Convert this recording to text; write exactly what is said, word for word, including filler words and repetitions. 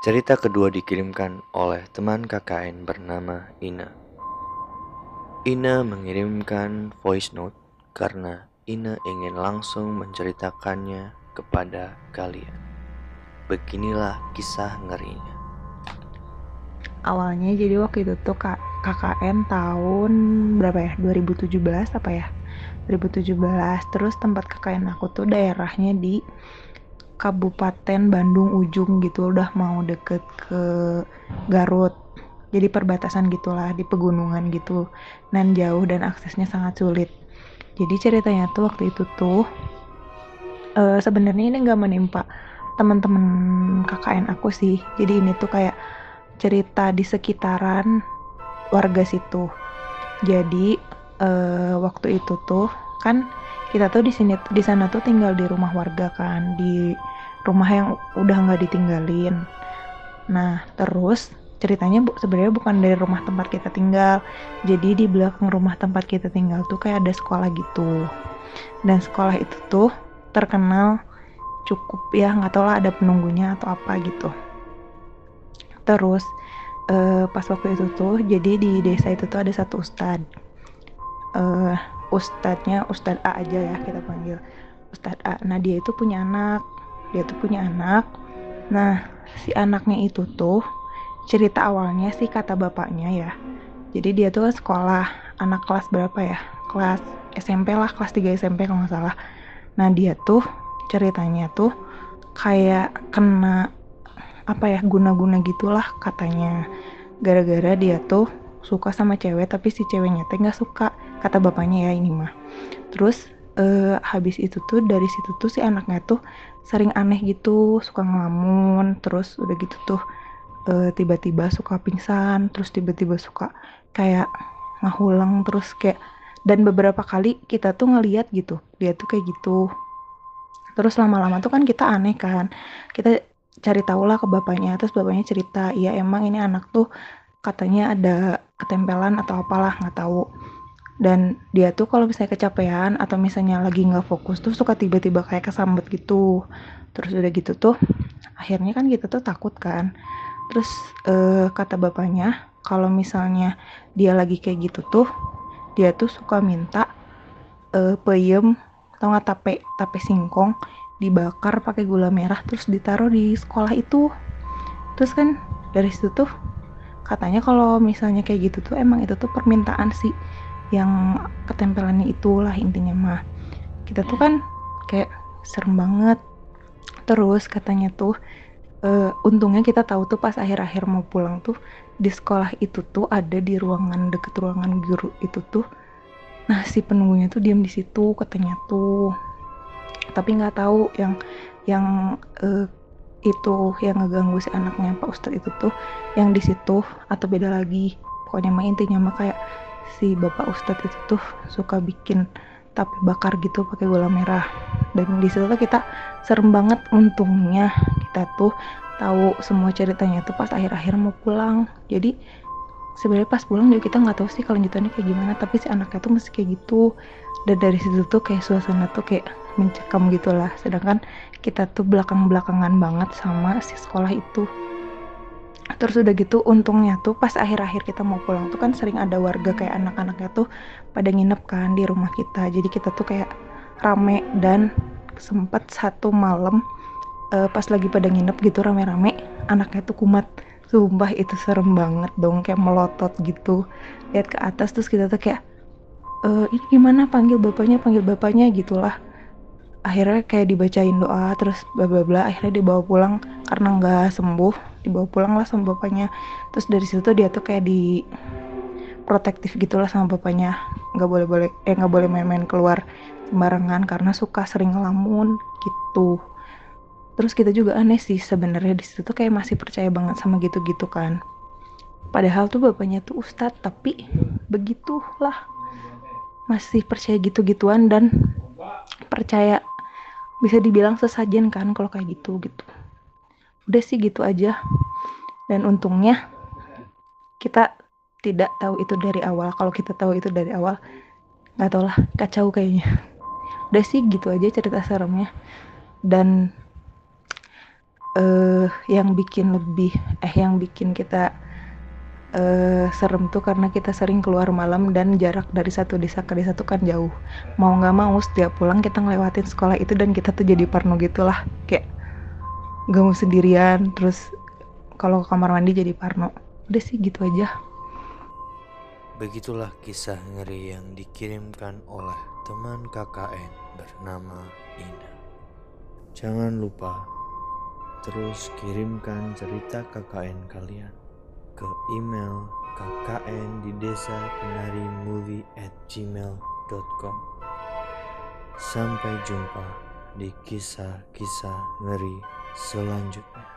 Cerita kedua dikirimkan oleh teman K K N bernama Ina. Ina mengirimkan voice note karena Ina ingin langsung menceritakannya kepada kalian. Beginilah kisah ngerinya. Awalnya jadi waktu itu tuh K KKN tahun berapa ya? dua ribu tujuh belas apa ya? dua ribu tujuh belas. Terus tempat K K N aku tuh daerahnya di Kabupaten Bandung Ujung gitu, udah mau deket ke Garut. Jadi perbatasan gitulah, di pegunungan gitu. Dan jauh dan aksesnya sangat sulit. Jadi ceritanya tuh waktu itu tuh uh, sebenarnya ini nggak menimpa teman-teman K K N aku sih. Jadi ini tuh kayak cerita di sekitaran warga situ. Jadi uh, waktu itu tuh kan kita tuh di sini di sana tuh tinggal di rumah warga kan, di rumah yang udah nggak ditinggalin. Nah terus ceritanya bu, sebenarnya bukan dari rumah tempat kita tinggal. Jadi di belakang rumah tempat kita tinggal tuh kayak ada sekolah gitu. Dan sekolah itu tuh terkenal cukup ya, nggak tau lah ada penunggunya atau apa gitu. Terus uh, pas waktu itu tuh jadi di desa itu tuh ada satu ustadz. uh, Ustadznya Ustadz A aja ya kita panggil Ustadz A. Nah dia itu punya anak, dia tuh punya anak. Nah si anaknya itu tuh cerita awalnya sih kata bapaknya ya. Jadi dia tuh sekolah anak kelas berapa ya? Kelas S M P lah, kelas tiga S M P kalau nggak salah. Nah dia tuh ceritanya tuh kayak kena apa ya, guna-guna gitulah katanya. Gara-gara dia tuh suka sama cewek tapi si ceweknya teh nggak suka, kata bapaknya ya ini mah. Terus eh, habis itu tuh dari situ tuh si anaknya tuh sering aneh gitu, suka ngelamun, terus udah gitu tuh eh, tiba-tiba suka pingsan, terus tiba-tiba suka kayak ngahulang, terus kayak, dan beberapa kali kita tuh ngeliat gitu dia tuh kayak gitu. Terus lama-lama tuh kan kita aneh kan, kita cari tahu lah ke bapaknya. Terus bapaknya cerita, iya emang ini anak tuh katanya ada ketempelan atau apalah nggak tahu. Dan dia tuh kalau misalnya kecapean atau misalnya lagi nggak fokus tuh suka tiba-tiba kayak kesambet gitu. Terus udah gitu tuh akhirnya kan kita tuh takut kan. Terus eh, kata bapaknya kalau misalnya dia lagi kayak gitu tuh dia tuh suka minta eh, peyem atau nggak tape tape singkong dibakar pakai gula merah terus ditaruh di sekolah itu. Terus kan dari situ tuh katanya kalau misalnya kayak gitu tuh emang itu tuh permintaan sih yang ketempelannya, itulah intinya mah. Kita tuh kan kayak serem banget. Terus katanya tuh uh, untungnya kita tahu tuh pas akhir-akhir mau pulang tuh di sekolah itu tuh ada di ruangan deket ruangan guru itu tuh. Nah si penunggunya tuh diam di situ katanya tuh. Tapi nggak tahu yang yang uh, itu yang ngeganggu si anaknya Pak Ustadz itu tuh yang di situ atau beda lagi. Pokoknya mah intinya mah kayak si Bapak Ustadz itu tuh suka bikin tape bakar gitu pakai gula merah. Dan di situ tuh kita serem banget. Untungnya kita tuh tahu semua ceritanya tuh pas akhir-akhir mau pulang. Jadi sebenarnya pas pulang juga kita nggak tahu sih kelanjutannya kayak gimana, tapi si anaknya tuh masih kayak gitu. Dan dari situ tuh kayak suasana tuh kayak mencekam gitulah. Sedangkan kita tuh belakang-belakangan banget sama si sekolah itu. Terus udah gitu untungnya tuh pas akhir-akhir kita mau pulang tuh kan sering ada warga kayak anak-anaknya tuh pada nginep kan di rumah kita. Jadi kita tuh kayak rame. Dan sempet satu malam uh, pas lagi pada nginep gitu rame-rame, anaknya tuh kumat. Sumpah itu serem banget dong, kayak melotot gitu lihat ke atas. Terus kita tuh kayak e, ini gimana, panggil bapaknya panggil bapaknya gitulah. Akhirnya kayak dibacain doa terus bla bla bla, akhirnya dibawa pulang karena nggak sembuh. Dibawa pulang lah sama bapaknya. Terus dari situ dia tuh kayak di protektif gitulah sama bapaknya, nggak boleh boleh eh nggak boleh main-main keluar sembarangan karena suka sering ngelamun gitu. Terus kita juga aneh sih sebenarnya di situ tuh kayak masih percaya banget sama gitu-gitu kan. Padahal tuh bapaknya tuh ustadz, tapi begitulah masih percaya gitu-gituan. Dan percaya, bisa dibilang sesajen kan kalau kayak gitu gitu. Udah sih gitu aja. Dan untungnya kita tidak tahu itu dari awal. Kalau kita tahu itu dari awal, nggak tau lah, kacau kayaknya. Udah sih gitu aja cerita seremnya. Dan eh yang bikin lebih eh yang bikin kita eh serem tuh karena kita sering keluar malam dan jarak dari satu desa ke desa tuh kan jauh. Mau nggak mau setiap pulang kita ngelewatin sekolah itu dan kita tuh jadi parno gitulah, kayak gak mau sendirian, terus kalau ke kamar mandi jadi parno. Udah sih gitu aja. Begitulah kisah ngeri yang dikirimkan oleh teman K K N bernama Ina. Jangan lupa terus kirimkan cerita K K N kalian ke email kkn di desa penari movie at gmail dot com. Sampai jumpa di kisah-kisah ngeri selanjutnya.